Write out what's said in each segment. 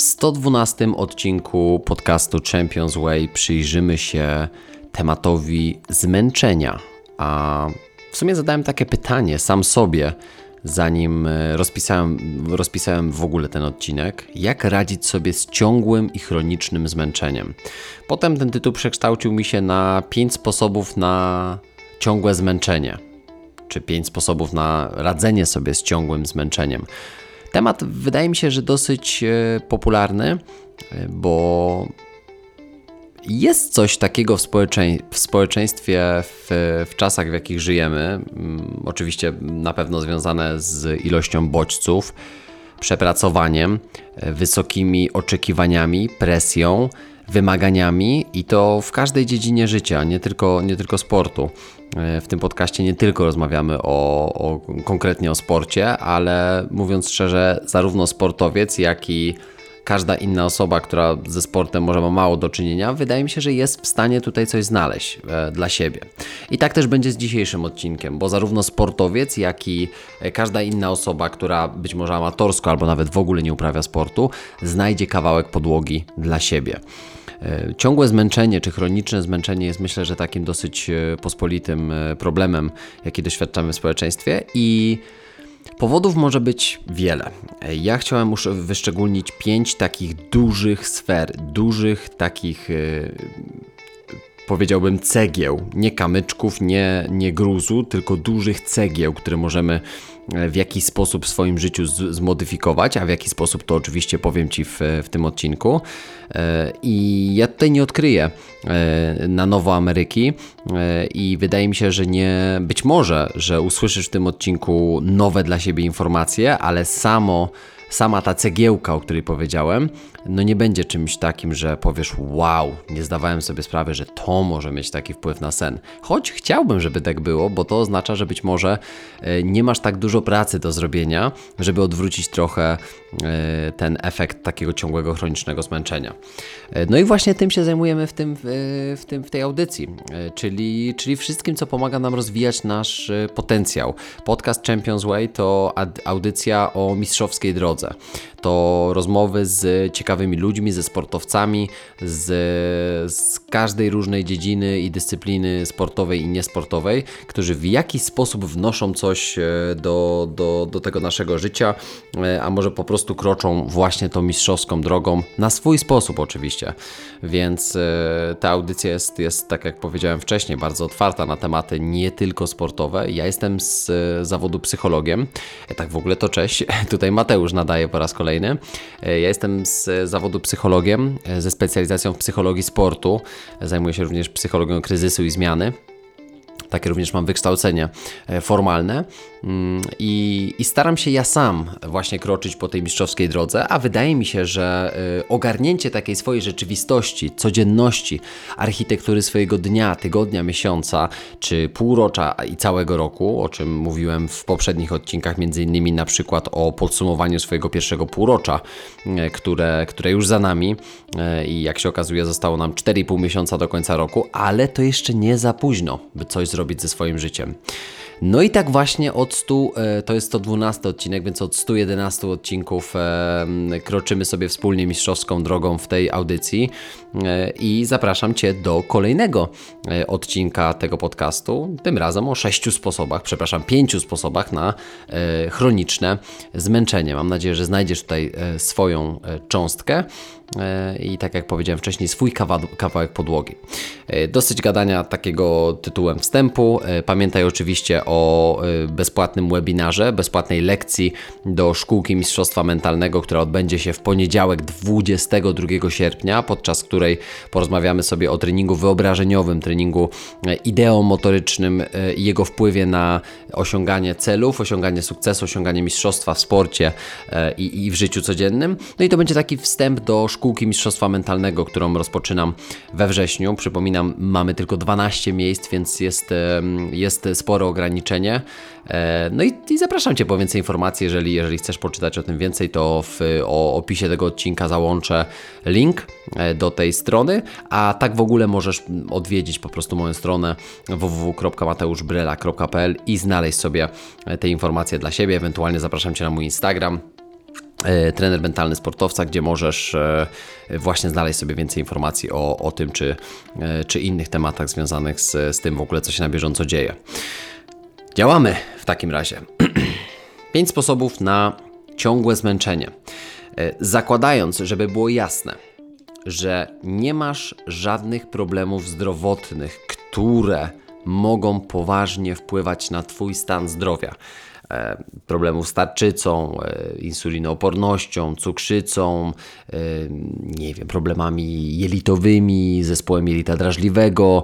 112 odcinku podcastu Champions Way przyjrzymy się tematowi zmęczenia. A w sumie zadałem takie pytanie sam sobie, zanim rozpisałem w ogóle ten odcinek, jak radzić sobie z ciągłym i chronicznym zmęczeniem. Potem ten tytuł przekształcił mi się na 5 sposobów na ciągłe zmęczenie, czy 5 sposobów na radzenie sobie z ciągłym zmęczeniem. Temat wydaje mi się, że dosyć popularny, bo jest coś takiego w społeczeństwie w czasach, w jakich żyjemy, oczywiście na pewno związane z ilością bodźców, przepracowaniem, wysokimi oczekiwaniami, presją, wymaganiami i to w każdej dziedzinie życia, nie tylko sportu. W tym podcaście nie tylko rozmawiamy konkretnie o sporcie, ale mówiąc szczerze, zarówno sportowiec, jak i każda inna osoba, która ze sportem może ma mało do czynienia, wydaje mi się, że jest w stanie tutaj coś znaleźć dla siebie. I tak też będzie z dzisiejszym odcinkiem, bo zarówno sportowiec, jak i każda inna osoba, która być może amatorsko albo nawet w ogóle nie uprawia sportu, znajdzie kawałek podłogi dla siebie. Ciągłe zmęczenie czy chroniczne zmęczenie jest, myślę, że takim dosyć pospolitym problemem, jaki doświadczamy w społeczeństwie i powodów może być wiele. Ja chciałem już wyszczególnić 5 takich dużych sfer, dużych takich powiedziałbym cegieł, nie kamyczków, nie gruzu, tylko dużych cegieł, które możemy w jakiś sposób w swoim życiu zmodyfikować, a w jaki sposób to oczywiście powiem Ci w tym odcinku. I ja tutaj nie odkryję na nowo Ameryki i wydaje mi się, że być może, że usłyszysz w tym odcinku nowe dla siebie informacje, ale sama ta cegiełka, o której powiedziałem, no nie będzie czymś takim, że powiesz wow, nie zdawałem sobie sprawy, że to może mieć taki wpływ na sen. Choć chciałbym, żeby tak było, bo to oznacza, że być może nie masz tak dużo pracy do zrobienia, żeby odwrócić trochę ten efekt takiego ciągłego, chronicznego zmęczenia. No i właśnie tym się zajmujemy w tej audycji, czyli wszystkim, co pomaga nam rozwijać nasz potencjał. Podcast Champions Way to audycja o mistrzowskiej drodze. To rozmowy z ciekawymi ludźmi, ze sportowcami, z każdej różnej dziedziny i dyscypliny sportowej i niesportowej, którzy w jakiś sposób wnoszą coś do tego naszego życia, a może po prostu kroczą właśnie tą mistrzowską drogą na swój sposób oczywiście. Więc ta audycja jest, tak jak powiedziałem wcześniej, bardzo otwarta na tematy nie tylko sportowe. Ja jestem z zawodu psychologiem. Tak w ogóle to cześć. Tutaj Mateusz nadaje po raz kolejny. Ja jestem z zawodu psychologiem ze specjalizacją w psychologii sportu. Zajmuję się również psychologią kryzysu i zmiany. Takie również mam wykształcenie formalne i staram się ja sam właśnie kroczyć po tej mistrzowskiej drodze, a wydaje mi się, że ogarnięcie takiej swojej rzeczywistości, codzienności, architektury swojego dnia, tygodnia, miesiąca czy półrocza i całego roku, o czym mówiłem w poprzednich odcinkach, między innymi na przykład o podsumowaniu swojego pierwszego półrocza, które już za nami i jak się okazuje zostało nam 4,5 miesiąca do końca roku, ale to jeszcze nie za późno, by coś zrobić ze swoim życiem. No i tak właśnie to jest 112 odcinek, więc od 111 odcinków kroczymy sobie wspólnie mistrzowską drogą w tej audycji i zapraszam Cię do kolejnego odcinka tego podcastu, tym razem o 5 sposobach na chroniczne zmęczenie. Mam nadzieję, że znajdziesz tutaj swoją cząstkę i tak jak powiedziałem wcześniej, swój kawałek podłogi. Dosyć gadania takiego tytułem wstępu. Pamiętaj oczywiście o bezpłatnym webinarze, bezpłatnej lekcji do Szkółki Mistrzostwa Mentalnego, która odbędzie się w poniedziałek 22 sierpnia, podczas której porozmawiamy sobie o treningu wyobrażeniowym, treningu ideomotorycznym i jego wpływie na osiąganie celów, osiąganie sukcesu, osiąganie mistrzostwa w sporcie i w życiu codziennym. No i to będzie taki wstęp do Szkółki Mistrzostwa Mentalnego, którą rozpoczynam we wrześniu. Przypominam, mamy tylko 12 miejsc, więc jest spore ograniczenie. No i zapraszam Cię po więcej informacji, jeżeli chcesz poczytać o tym więcej, to w opisie tego odcinka załączę link do tej strony, a tak w ogóle możesz odwiedzić po prostu moją stronę www.mateuszbrela.pl i znaleźć sobie te informacje dla siebie. Ewentualnie zapraszam Cię na mój Instagram, trener mentalny sportowca, gdzie możesz właśnie znaleźć sobie więcej informacji o tym, czy innych tematach związanych z tym w ogóle, co się na bieżąco dzieje. Działamy w takim razie. 5 sposobów na ciągłe zmęczenie. Zakładając, żeby było jasne, że nie masz żadnych problemów zdrowotnych, które mogą poważnie wpływać na Twój stan zdrowia. Problemów z tarczycą, insulinoopornością, cukrzycą, nie wiem, problemami jelitowymi, zespołem jelita drażliwego,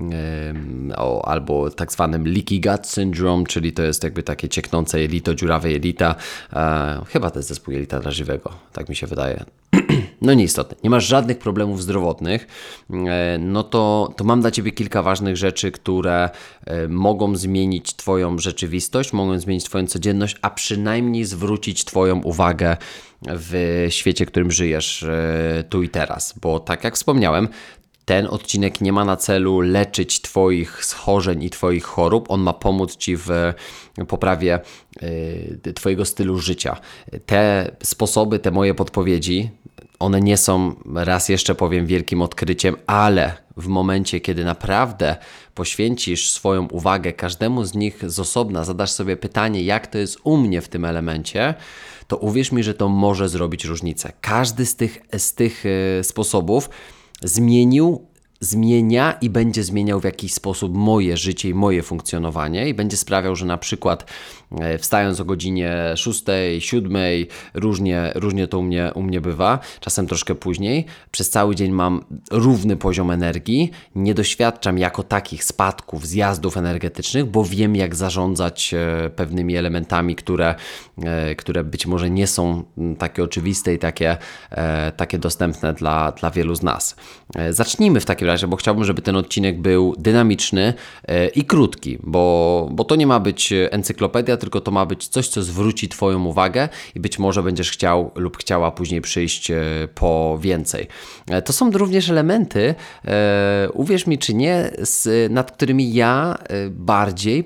albo tak zwanym leaky gut syndrome, czyli to jest jakby takie cieknące jelito, dziurawe jelita. Chyba to jest zespół jelita drażliwego, tak mi się wydaje. No nieistotne, nie masz żadnych problemów zdrowotnych, no to mam dla Ciebie kilka ważnych rzeczy, które mogą zmienić Twoją rzeczywistość, mogą zmienić Twoją codzienność, a przynajmniej zwrócić Twoją uwagę w świecie, w którym żyjesz tu i teraz. Bo tak jak wspomniałem, ten odcinek nie ma na celu leczyć Twoich schorzeń i Twoich chorób. On ma pomóc Ci w poprawie Twojego stylu życia. Te sposoby, te moje podpowiedzi, one nie są, raz jeszcze powiem, wielkim odkryciem, ale w momencie, kiedy naprawdę poświęcisz swoją uwagę każdemu z nich z osobna, zadasz sobie pytanie, jak to jest u mnie w tym elemencie, to uwierz mi, że to może zrobić różnicę. Każdy z tych sposobów zmienia i będzie zmieniał w jakiś sposób moje życie i moje funkcjonowanie i będzie sprawiał, że na przykład wstając o godzinie 6, 7, różnie to u mnie bywa, czasem troszkę później, przez cały dzień mam równy poziom energii, nie doświadczam jako takich spadków, zjazdów energetycznych, bo wiem, jak zarządzać pewnymi elementami, które być może nie są takie oczywiste i takie dostępne dla wielu z nas. Zacznijmy w takim razie, bo chciałbym, żeby ten odcinek był dynamiczny i krótki, bo to nie ma być encyklopedia, tylko to ma być coś, co zwróci Twoją uwagę i być może będziesz chciał lub chciała później przyjść po więcej. To są również elementy, uwierz mi czy nie, nad którymi ja bardziej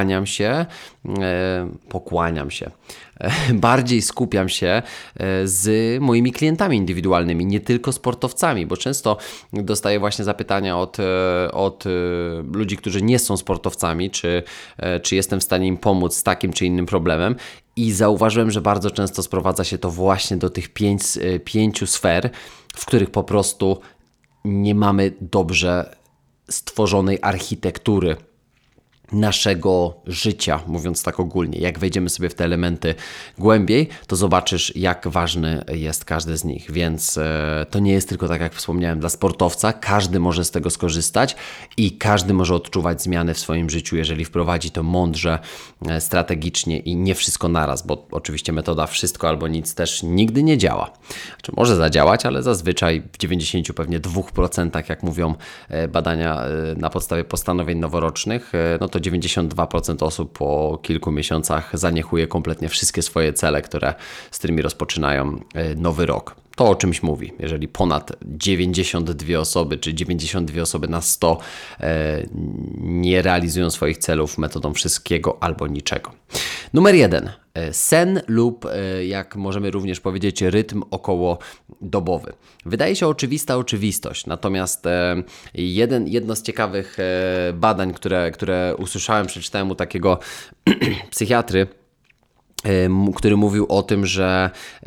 bardziej skupiam się z moimi klientami indywidualnymi, nie tylko sportowcami, bo często dostaję właśnie zapytania od ludzi, którzy nie są sportowcami, czy jestem w stanie im pomóc z takim czy innym problemem. I zauważyłem, że bardzo często sprowadza się to właśnie do tych 5 sfer, w których po prostu nie mamy dobrze stworzonej architektury naszego życia, mówiąc tak ogólnie. Jak wejdziemy sobie w te elementy głębiej, to zobaczysz, jak ważny jest każdy z nich, więc to nie jest tylko, tak jak wspomniałem, dla sportowca. Każdy może z tego skorzystać i każdy może odczuwać zmiany w swoim życiu, jeżeli wprowadzi to mądrze, strategicznie i nie wszystko naraz, bo oczywiście metoda wszystko albo nic też nigdy nie działa. Znaczy, może zadziałać, ale zazwyczaj w 90 pewnie 2%, jak mówią badania na podstawie postanowień noworocznych, no to 92% osób po kilku miesiącach zaniechuje kompletnie wszystkie swoje cele, z którymi rozpoczynają nowy rok. To o czymś mówi. Jeżeli ponad 92 osoby, czy 92 osoby na 100 nie realizują swoich celów metodą wszystkiego albo niczego. Numer 1. Sen lub, jak możemy również powiedzieć, rytm okołodobowy. Wydaje się oczywista oczywistość, natomiast jedno z ciekawych badań, które usłyszałem, przeczytałem u takiego psychiatry, który mówił o tym, że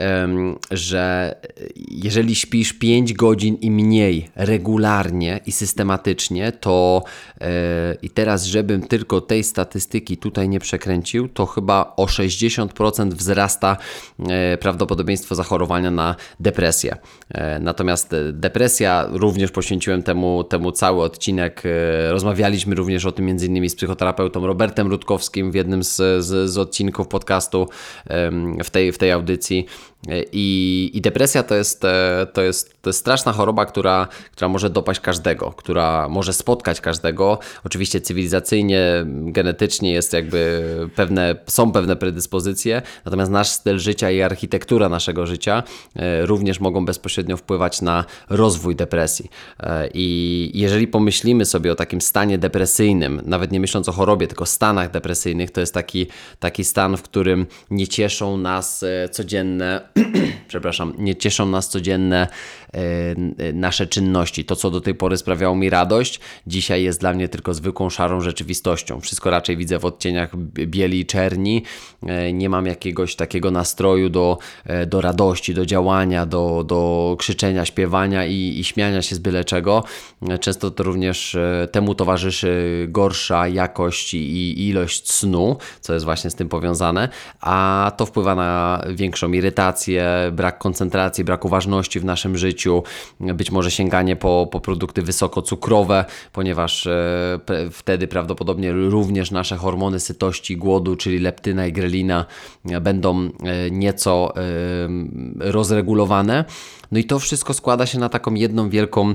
jeżeli śpisz 5 godzin i mniej regularnie i systematycznie, to i teraz, żebym tylko tej statystyki tutaj nie przekręcił, to chyba o 60% wzrasta prawdopodobieństwo zachorowania na depresję. Natomiast depresja, również poświęciłem temu cały odcinek, rozmawialiśmy również o tym m.in. z psychoterapeutą Robertem Rutkowskim w jednym z odcinków podcastu, w tej audycji. I depresja to jest straszna choroba, która może dopaść każdego, która może spotkać każdego. Oczywiście cywilizacyjnie, genetycznie jest są pewne predyspozycje, natomiast nasz styl życia i architektura naszego życia również mogą bezpośrednio wpływać na rozwój depresji. I jeżeli pomyślimy sobie o takim stanie depresyjnym, nawet nie myśląc o chorobie, tylko stanach depresyjnych, to jest taki stan, w którym nie cieszą nas codzienne, przepraszam, nie cieszą nas codzienne nasze czynności. To, co do tej pory sprawiało mi radość, dzisiaj jest dla mnie tylko zwykłą szarą rzeczywistością. Wszystko raczej widzę w odcieniach bieli i czerni. Nie mam jakiegoś takiego nastroju do radości, do działania, do krzyczenia, śpiewania i śmiania się z byle czego. Często to również temu towarzyszy gorsza jakość i ilość snu, co jest właśnie z tym powiązane, a to wpływa na większą irytację, brak koncentracji, brak uważności w naszym życiu, być może sięganie po produkty wysokocukrowe, ponieważ wtedy prawdopodobnie również nasze hormony sytości i głodu, czyli leptyna i grelina, będą nieco rozregulowane. No i to wszystko składa się na taką jedną wielką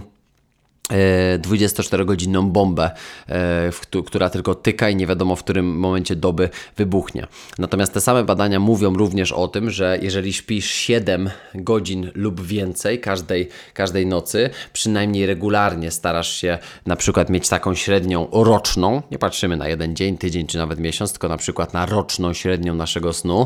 24-godzinną bombę, która tylko tyka i nie wiadomo, w którym momencie doby wybuchnie. Natomiast te same badania mówią również o tym, że jeżeli śpisz 7 godzin lub więcej każdej nocy, przynajmniej regularnie starasz się na przykład mieć taką średnią roczną, nie patrzymy na jeden dzień, tydzień czy nawet miesiąc, tylko na przykład na roczną średnią naszego snu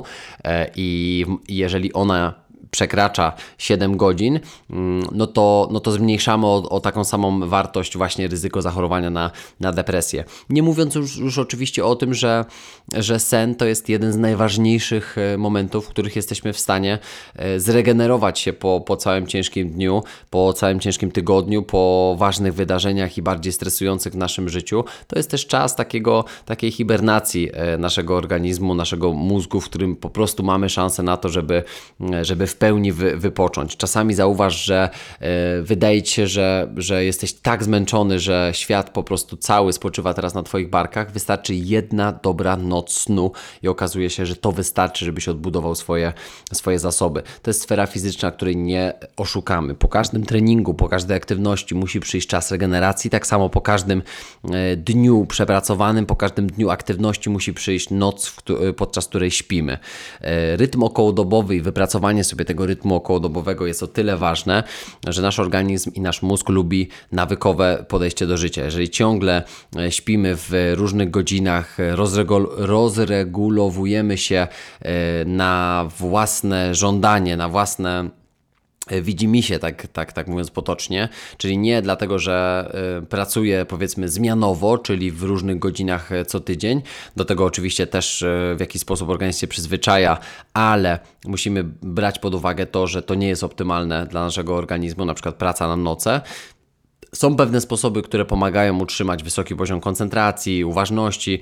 i jeżeli ona przekracza 7 godzin, no to zmniejszamy o taką samą wartość właśnie ryzyko zachorowania na depresję. Nie mówiąc już oczywiście o tym, że sen to jest jeden z najważniejszych momentów, w których jesteśmy w stanie zregenerować się po całym ciężkim dniu, po całym ciężkim tygodniu, po ważnych wydarzeniach i bardziej stresujących w naszym życiu. To jest też czas takiej hibernacji naszego organizmu, naszego mózgu, w którym po prostu mamy szansę na to, żeby w pełni wypocząć. Czasami zauważ, że wydaje Ci się, że jesteś tak zmęczony, że świat po prostu cały spoczywa teraz na Twoich barkach. Wystarczy jedna dobra noc snu i okazuje się, że to wystarczy, żebyś odbudował swoje zasoby. To jest sfera fizyczna, której nie oszukamy. Po każdym treningu, po każdej aktywności musi przyjść czas regeneracji. Tak samo po każdym dniu przepracowanym, po każdym dniu aktywności musi przyjść noc, podczas której śpimy. Rytm okołodobowy i wypracowanie sobie tego rytmu okołodobowego jest o tyle ważne, że nasz organizm i nasz mózg lubi nawykowe podejście do życia. Jeżeli ciągle śpimy w różnych godzinach, rozregulowujemy się na własne żądanie, na własne widzimisię, tak mówiąc potocznie, czyli nie dlatego, że pracuję powiedzmy zmianowo, czyli w różnych godzinach co tydzień, do tego oczywiście też w jakiś sposób organizm się przyzwyczaja, ale musimy brać pod uwagę to, że to nie jest optymalne dla naszego organizmu, na przykład praca na noce. Są pewne sposoby, które pomagają utrzymać wysoki poziom koncentracji, uważności,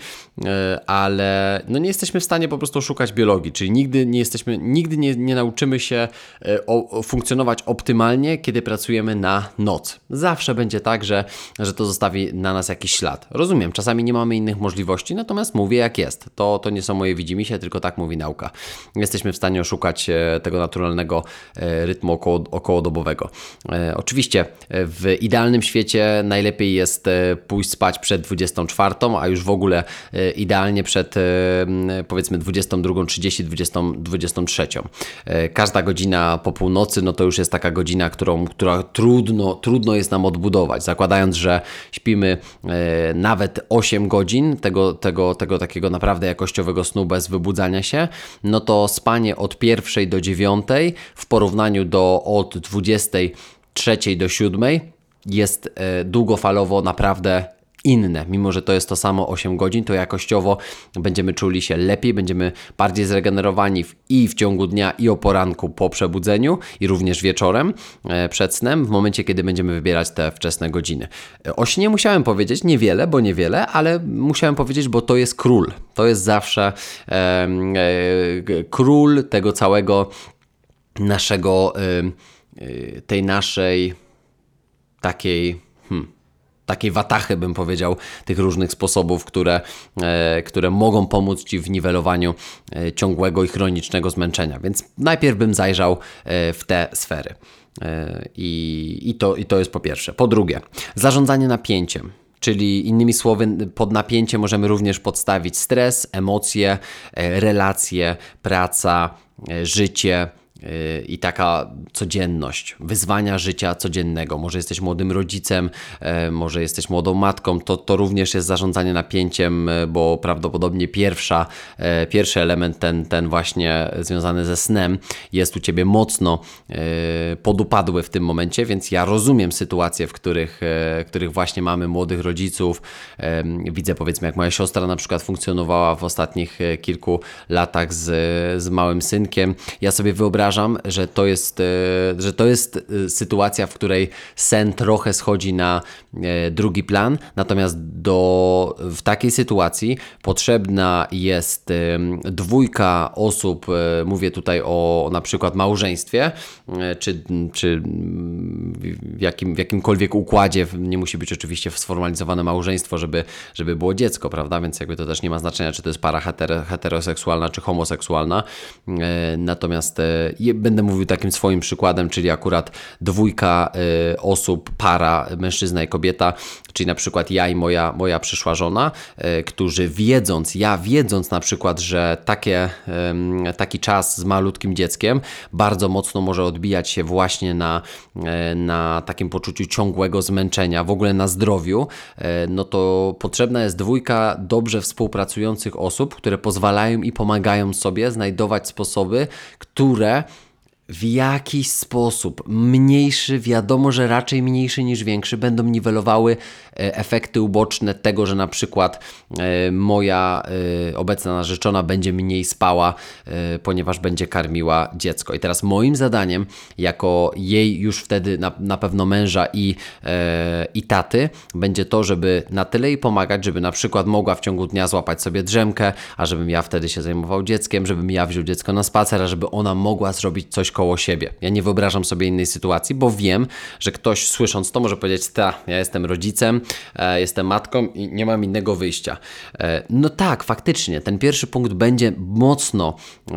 ale nie jesteśmy w stanie po prostu oszukać biologii, czyli nigdy nie nauczymy się funkcjonować optymalnie, kiedy pracujemy na noc. Zawsze będzie tak, że to zostawi na nas jakiś ślad. Rozumiem, czasami nie mamy innych możliwości, natomiast mówię jak jest. To nie są moje widzimisię, tylko tak mówi nauka. Nie jesteśmy w stanie oszukać tego naturalnego rytmu okołodobowego. Oczywiście w idealnym świecie najlepiej jest pójść spać przed 24, a już w ogóle idealnie przed powiedzmy 22:30, 23. Każda godzina po północy, to już jest taka godzina, która trudno jest nam odbudować. Zakładając, że śpimy nawet 8 godzin tego takiego naprawdę jakościowego snu bez wybudzania się, to spanie od 1 do 9 w porównaniu od 23 do 7 jest długofalowo naprawdę inne. Mimo że to jest to samo 8 godzin, to jakościowo będziemy czuli się lepiej, będziemy bardziej zregenerowani i w ciągu dnia, i o poranku po przebudzeniu, i również wieczorem przed snem, w momencie, kiedy będziemy wybierać te wczesne godziny. O śnie musiałem powiedzieć niewiele, ale musiałem powiedzieć, bo to jest król. To jest zawsze król tego całego naszego, tej naszej takiej watachy, bym powiedział, tych różnych sposobów, które mogą pomóc Ci w niwelowaniu ciągłego i chronicznego zmęczenia. Więc najpierw bym zajrzał w te sfery. I to jest po pierwsze. Po drugie, zarządzanie napięciem. Czyli innymi słowy, pod napięcie możemy również podstawić stres, emocje, relacje, praca, życie, i taka codzienność, wyzwania życia codziennego. Może jesteś młodym rodzicem, może jesteś młodą matką, to również jest zarządzanie napięciem, bo prawdopodobnie pierwszy element, ten właśnie związany ze snem, jest u Ciebie mocno podupadły w tym momencie, więc ja rozumiem sytuacje, w których właśnie mamy młodych rodziców. Widzę, powiedzmy, jak moja siostra na przykład funkcjonowała w ostatnich kilku latach z małym synkiem. Ja sobie wyobrażam, że to jest sytuacja, w której sen trochę schodzi na drugi plan, natomiast w takiej sytuacji potrzebna jest dwójka osób, mówię tutaj o na przykład małżeństwie, czy w jakimkolwiek układzie, nie musi być oczywiście sformalizowane małżeństwo, żeby było dziecko, prawda, więc jakby to też nie ma znaczenia, czy to jest para heteroseksualna, czy homoseksualna, natomiast będę mówił takim swoim przykładem, czyli akurat dwójka osób, para, mężczyzna i kobieta, czyli na przykład ja i moja przyszła żona, którzy wiedząc na przykład, że taki czas z malutkim dzieckiem bardzo mocno może odbijać się właśnie na takim poczuciu ciągłego zmęczenia, w ogóle na zdrowiu, no to potrzebna jest dwójka dobrze współpracujących osób, które pozwalają i pomagają sobie znajdować sposoby, które w jakiś sposób mniejszy, wiadomo, że raczej mniejszy niż większy, będą niwelowały efekty uboczne tego, że na przykład moja obecna narzeczona będzie mniej spała, ponieważ będzie karmiła dziecko. I teraz moim zadaniem, jako jej już wtedy na pewno męża i taty, będzie to, żeby na tyle jej pomagać, żeby na przykład mogła w ciągu dnia złapać sobie drzemkę, a żebym ja wtedy się zajmował dzieckiem, żebym ja wziął dziecko na spacer, a żeby ona mogła zrobić coś koło siebie. Ja nie wyobrażam sobie innej sytuacji, bo wiem, że ktoś słysząc to może powiedzieć, ja jestem rodzicem, jestem matką i nie mam innego wyjścia. No tak, faktycznie, ten pierwszy punkt będzie mocno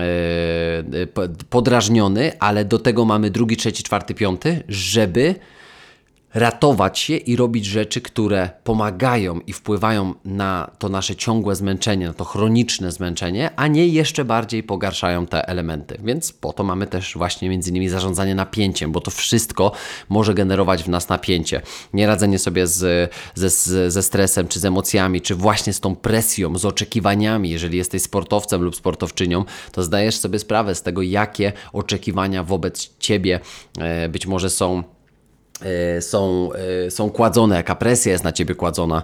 podrażniony, ale do tego mamy drugi, trzeci, czwarty, piąty, żeby ratować się i robić rzeczy, które pomagają i wpływają na to nasze ciągłe zmęczenie, na to chroniczne zmęczenie, a nie jeszcze bardziej pogarszają te elementy. Więc po to mamy też właśnie między innymi zarządzanie napięciem, bo to wszystko może generować w nas napięcie. Nieradzenie sobie ze stresem, czy z emocjami, czy właśnie z tą presją, z oczekiwaniami. Jeżeli jesteś sportowcem lub sportowczynią, to zdajesz sobie sprawę z tego, jakie oczekiwania wobec Ciebie być może są kładzone, jaka presja jest na Ciebie kładzona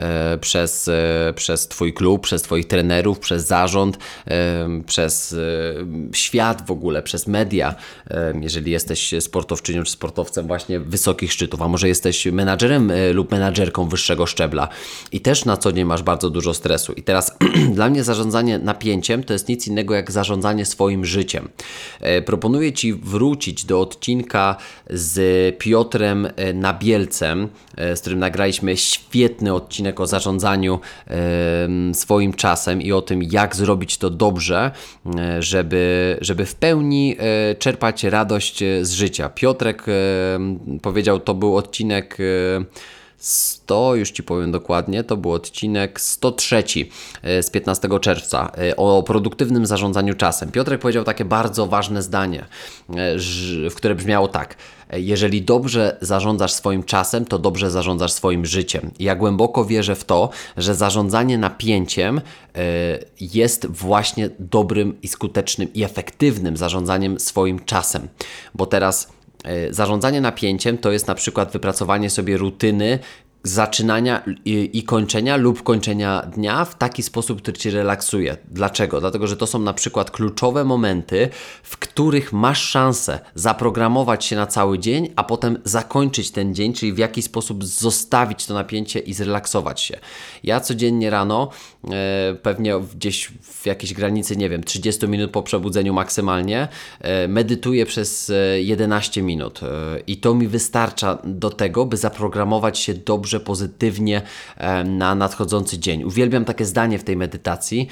przez Twój klub, przez Twoich trenerów, przez zarząd, przez świat w ogóle, przez media, jeżeli jesteś sportowczynią czy sportowcem właśnie wysokich szczytów, a może jesteś menadżerem lub menadżerką wyższego szczebla i też na co dzień masz bardzo dużo stresu. I teraz dla mnie zarządzanie napięciem to jest nic innego jak zarządzanie swoim życiem. Proponuję Ci wrócić do odcinka z Piotrem Nabielcem, z którym nagraliśmy świetny odcinek o zarządzaniu swoim czasem i o tym, jak zrobić to dobrze, żeby w pełni czerpać radość z życia. Piotrek powiedział, to był odcinek 100, już Ci powiem dokładnie, to był odcinek 103 z 15 czerwca o produktywnym zarządzaniu czasem. Piotrek powiedział takie bardzo ważne zdanie, które brzmiało tak: jeżeli dobrze zarządzasz swoim czasem, to dobrze zarządzasz swoim życiem. I ja głęboko wierzę w to, że zarządzanie napięciem jest właśnie dobrym i skutecznym i efektywnym zarządzaniem swoim czasem. Bo teraz zarządzanie napięciem to jest na przykład wypracowanie sobie rutyny zaczynania i kończenia lub kończenia dnia w taki sposób, który Cię relaksuje. Dlaczego? Dlatego, że to są na przykład kluczowe momenty, w których masz szansę zaprogramować się na cały dzień, a potem zakończyć ten dzień, czyli w jakiś sposób zostawić to napięcie i zrelaksować się. Ja codziennie rano, pewnie gdzieś w jakiejś granicy, nie wiem, 30 minut po przebudzeniu maksymalnie, medytuję przez 11 minut i to mi wystarcza do tego, by zaprogramować się dobrze, pozytywnie na nadchodzący dzień. Uwielbiam takie zdanie w tej medytacji,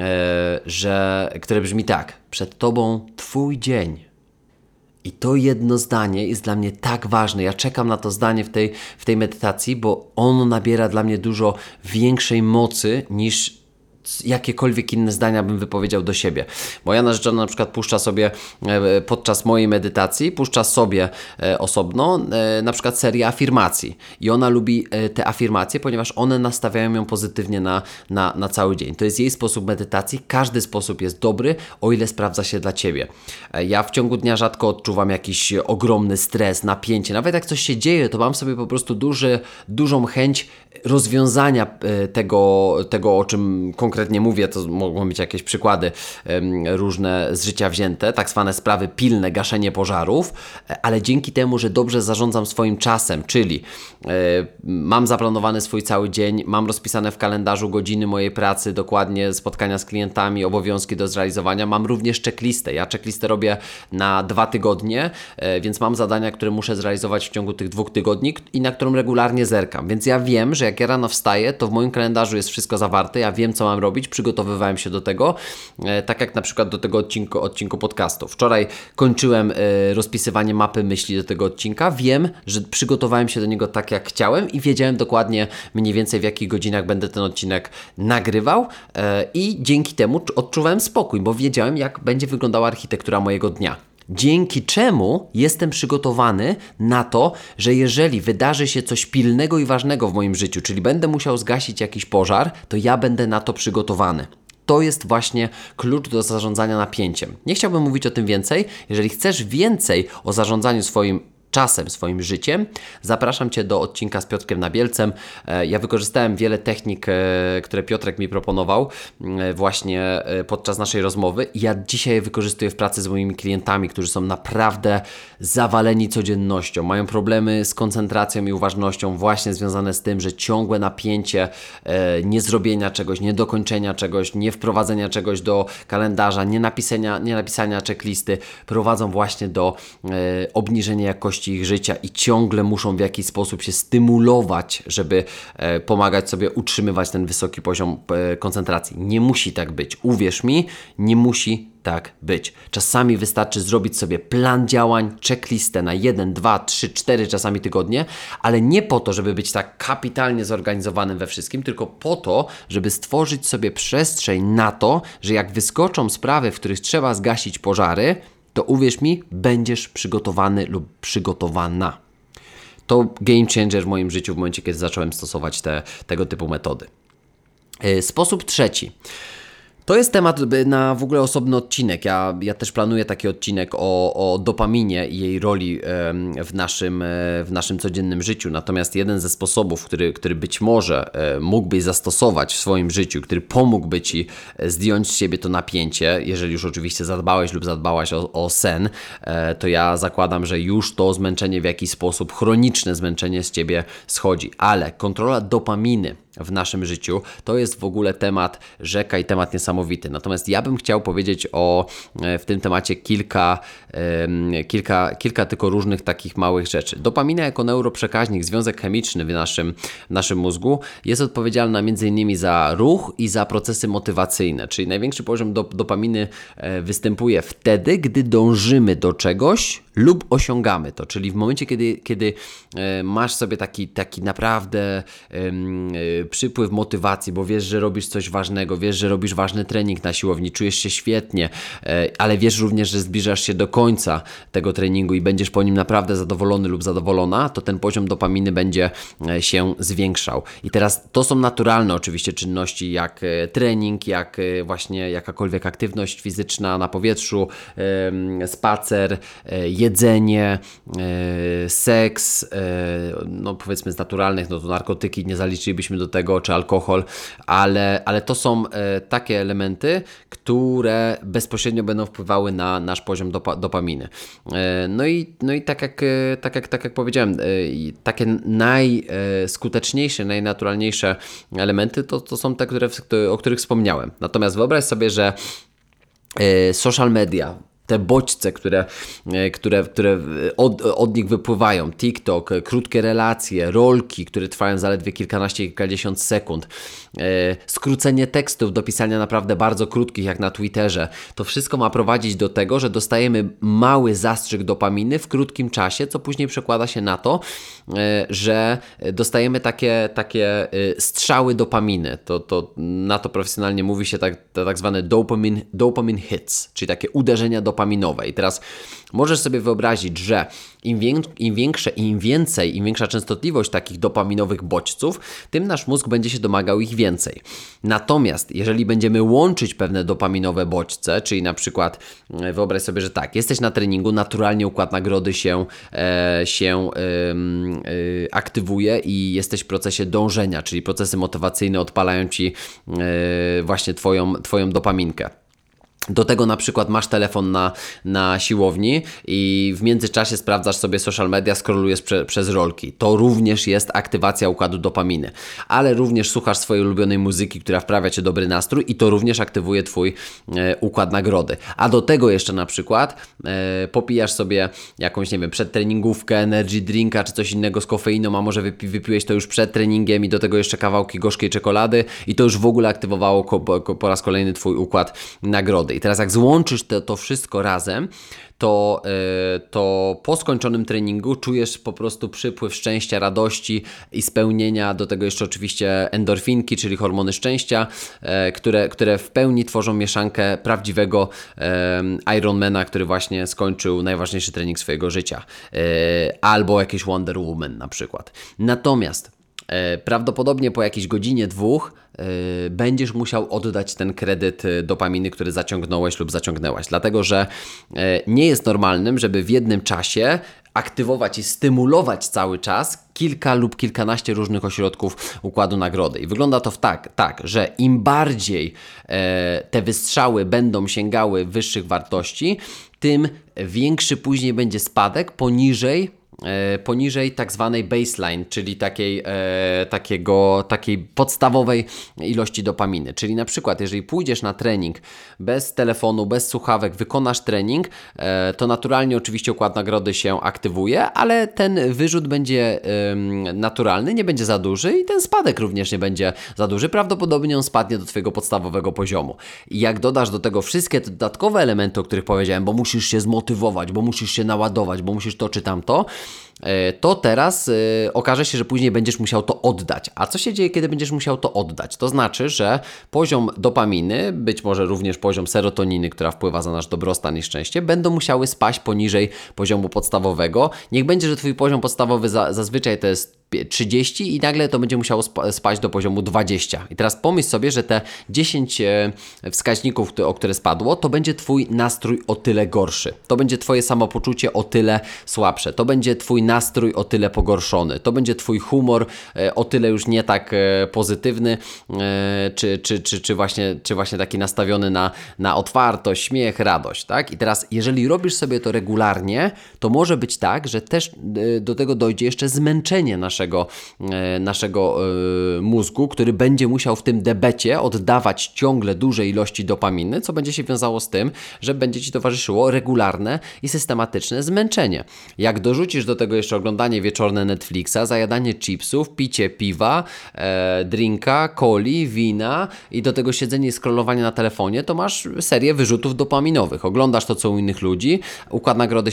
które brzmi tak: przed Tobą Twój dzień. I to jedno zdanie jest dla mnie tak ważne. Ja czekam na to zdanie w tej medytacji, bo ono nabiera dla mnie dużo większej mocy niż jakiekolwiek inne zdania bym wypowiedział do siebie. Moja narzeczona na przykład puszcza sobie podczas mojej medytacji, puszcza sobie osobno na przykład serię afirmacji i ona lubi te afirmacje, ponieważ one nastawiają ją pozytywnie na cały dzień. To jest jej sposób medytacji, każdy sposób jest dobry, o ile sprawdza się dla Ciebie. Ja w ciągu dnia rzadko odczuwam jakiś ogromny stres, napięcie, nawet jak coś się dzieje, to mam sobie po prostu dużą chęć rozwiązania tego, o czym konkretnie mówię. To mogą być jakieś przykłady różne z życia wzięte, tak zwane sprawy pilne, gaszenie pożarów, ale dzięki temu, że dobrze zarządzam swoim czasem, czyli mam zaplanowany swój cały dzień, mam rozpisane w kalendarzu godziny mojej pracy, dokładnie spotkania z klientami, obowiązki do zrealizowania, mam również checklistę. Ja checklistę robię na 2 tygodnie, więc mam zadania, które muszę zrealizować w ciągu tych 2 tygodni i na którą regularnie zerkam. Więc ja wiem, że jak ja rano wstaję, to w moim kalendarzu jest wszystko zawarte, ja wiem, co mam robić, przygotowywałem się do tego, tak jak na przykład do tego odcinku podcastu. Wczoraj kończyłem rozpisywanie mapy myśli do tego odcinka, wiem, że przygotowałem się do niego tak, jak chciałem i wiedziałem dokładnie mniej więcej w jakich godzinach będę ten odcinek nagrywał i dzięki temu odczuwałem spokój, bo wiedziałem, jak będzie wyglądała architektura mojego dnia. Dzięki czemu jestem przygotowany na to, że jeżeli wydarzy się coś pilnego i ważnego w moim życiu, czyli będę musiał zgasić jakiś pożar, to ja będę na to przygotowany. To jest właśnie klucz do zarządzania napięciem. Nie chciałbym mówić o tym więcej. Jeżeli chcesz więcej o zarządzaniu swoim czasem, swoim życiem, zapraszam Cię do odcinka z Piotrkiem Nabielcem. Ja wykorzystałem wiele technik, które Piotrek mi proponował właśnie podczas naszej rozmowy i ja dzisiaj je wykorzystuję w pracy z moimi klientami, którzy są naprawdę zawaleni codziennością, mają problemy z koncentracją i uważnością właśnie związane z tym, że ciągłe napięcie niezrobienia czegoś, niedokończenia czegoś, niewprowadzenia czegoś do kalendarza, nie napisania checklisty prowadzą właśnie do obniżenia jakości ich życia i ciągle muszą w jakiś sposób się stymulować, żeby pomagać sobie utrzymywać ten wysoki poziom koncentracji. Nie musi tak być. Uwierz mi, nie musi tak być. Czasami wystarczy zrobić sobie plan działań, checklistę na 1, 2, 3, 4 czasami tygodnie, ale nie po to, żeby być tak kapitalnie zorganizowanym we wszystkim, tylko po to, żeby stworzyć sobie przestrzeń na to, że jak wyskoczą sprawy, w których trzeba zgasić pożary, to uwierz mi, będziesz przygotowany lub przygotowana. To game changer w moim życiu w momencie, kiedy zacząłem stosować tego typu metody. Sposób trzeci. To jest temat na w ogóle osobny odcinek. Ja też planuję taki odcinek o dopaminie i jej roli w naszym codziennym życiu. Natomiast jeden ze sposobów, który być może mógłbyś zastosować w swoim życiu, który pomógłby Ci zdjąć z siebie to napięcie, jeżeli już oczywiście zadbałeś lub zadbałaś o sen, to ja zakładam, że już to zmęczenie w jakiś sposób, chroniczne zmęczenie z Ciebie schodzi. Ale kontrola dopaminy w naszym życiu to jest w ogóle temat rzeka i temat niesamowity. Natomiast ja bym chciał powiedzieć w tym temacie kilka tylko różnych takich małych rzeczy. Dopamina jako neuroprzekaźnik, związek chemiczny w naszym mózgu jest odpowiedzialna m.in. za ruch i za procesy motywacyjne, czyli największy poziom dopaminy występuje wtedy, gdy dążymy do czegoś lub osiągamy to, czyli w momencie, kiedy masz sobie taki naprawdę przypływ motywacji, bo wiesz, że robisz coś ważnego, wiesz, że robisz ważny trening na siłowni, czujesz się świetnie, ale wiesz również, że zbliżasz się do końca tego treningu i będziesz po nim naprawdę zadowolony lub zadowolona, to ten poziom dopaminy będzie się zwiększał. I teraz to są naturalne oczywiście czynności, jak trening, jak właśnie jakakolwiek aktywność fizyczna na powietrzu, spacer, jedzenie, seks, no powiedzmy z naturalnych, no to narkotyki nie zaliczylibyśmy do tego, czy alkohol, ale to są takie elementy, które bezpośrednio będą wpływały na nasz poziom dopaminy. No i tak jak powiedziałem, takie najskuteczniejsze, najnaturalniejsze elementy to są te, o których wspomniałem. Natomiast wyobraź sobie, że social media, te bodźce, które od nich wypływają, TikTok, krótkie relacje, rolki, które trwają zaledwie kilkanaście, kilkadziesiąt sekund, skrócenie tekstów do pisania naprawdę bardzo krótkich, jak na Twitterze, to wszystko ma prowadzić do tego, że dostajemy mały zastrzyk dopaminy w krótkim czasie, co później przekłada się na to, że dostajemy takie strzały dopaminy. Na to profesjonalnie mówi się tak zwane dopamine hits, czyli takie uderzenia dopaminowe. I teraz możesz sobie wyobrazić, że im większa częstotliwość takich dopaminowych bodźców, tym nasz mózg będzie się domagał ich więcej. Natomiast jeżeli będziemy łączyć pewne dopaminowe bodźce, czyli na przykład wyobraź sobie, że tak, jesteś na treningu, naturalnie układ nagrody się aktywuje i jesteś w procesie dążenia, czyli procesy motywacyjne odpalają Ci właśnie Twoją dopaminkę. Do tego na przykład masz telefon na siłowni i w międzyczasie sprawdzasz sobie social media, scrollujesz przez rolki. To również jest aktywacja układu dopaminy. Ale również słuchasz swojej ulubionej muzyki, która wprawia Cię dobry nastrój i to również aktywuje Twój układ nagrody. A do tego jeszcze na przykład popijasz sobie jakąś, nie wiem, przedtreningówkę, energy drinka czy coś innego z kofeiną, a może wypiłeś to już przed treningiem i do tego jeszcze kawałki gorzkiej czekolady i to już w ogóle aktywowało po raz kolejny Twój układ nagrody. I teraz jak złączysz to wszystko razem, to po skończonym treningu czujesz po prostu przypływ szczęścia, radości i spełnienia, do tego jeszcze oczywiście endorfinki, czyli hormony szczęścia, które w pełni tworzą mieszankę prawdziwego Ironmana, który właśnie skończył najważniejszy trening swojego życia, albo jakieś Wonder Woman na przykład. Natomiast prawdopodobnie po jakiejś godzinie, dwóch będziesz musiał oddać ten kredyt dopaminy, który zaciągnąłeś lub zaciągnęłaś. Dlatego, że nie jest normalnym, żeby w jednym czasie aktywować i stymulować cały czas kilka lub kilkanaście różnych ośrodków układu nagrody. I wygląda to tak, że im bardziej te wystrzały będą sięgały wyższych wartości, tym większy później będzie spadek poniżej tak zwanej baseline, czyli takiej podstawowej ilości dopaminy. Czyli na przykład, jeżeli pójdziesz na trening bez telefonu, bez słuchawek, wykonasz trening, to naturalnie oczywiście układ nagrody się aktywuje, ale ten wyrzut będzie naturalny, nie będzie za duży i ten spadek również nie będzie za duży. Prawdopodobnie on spadnie do Twojego podstawowego poziomu. I jak dodasz do tego wszystkie te dodatkowe elementy, o których powiedziałem, bo musisz się zmotywować, bo musisz się naładować, bo musisz to czy tamto, to teraz okaże się, że później będziesz musiał to oddać. A co się dzieje, kiedy będziesz musiał to oddać? To znaczy, że poziom dopaminy, być może również poziom serotoniny, która wpływa za nasz dobrostan i szczęście, będą musiały spaść poniżej poziomu podstawowego. Niech będzie, że Twój poziom podstawowy zazwyczaj to jest 30 i nagle to będzie musiało spaść do poziomu 20. I teraz pomyśl sobie, że te 10 wskaźników, o które spadło, to będzie Twój nastrój o tyle gorszy. To będzie Twoje samopoczucie o tyle słabsze. To będzie Twój nastrój o tyle pogorszony. To będzie Twój humor o tyle już nie tak pozytywny, czy właśnie taki nastawiony na otwartość, śmiech, radość, tak? I teraz, jeżeli robisz sobie to regularnie, to może być tak, że też do tego dojdzie jeszcze zmęczenie naszego mózgu, który będzie musiał w tym debecie oddawać ciągle duże ilości dopaminy, co będzie się wiązało z tym, że będzie Ci towarzyszyło regularne i systematyczne zmęczenie. Jak dorzucisz do tego jeszcze oglądanie wieczorne Netflixa, zajadanie chipsów, picie piwa, drinka, coli, wina i do tego siedzenie i scrollowanie na telefonie, to masz serię wyrzutów dopaminowych. Oglądasz to, co u innych ludzi, układ nagrody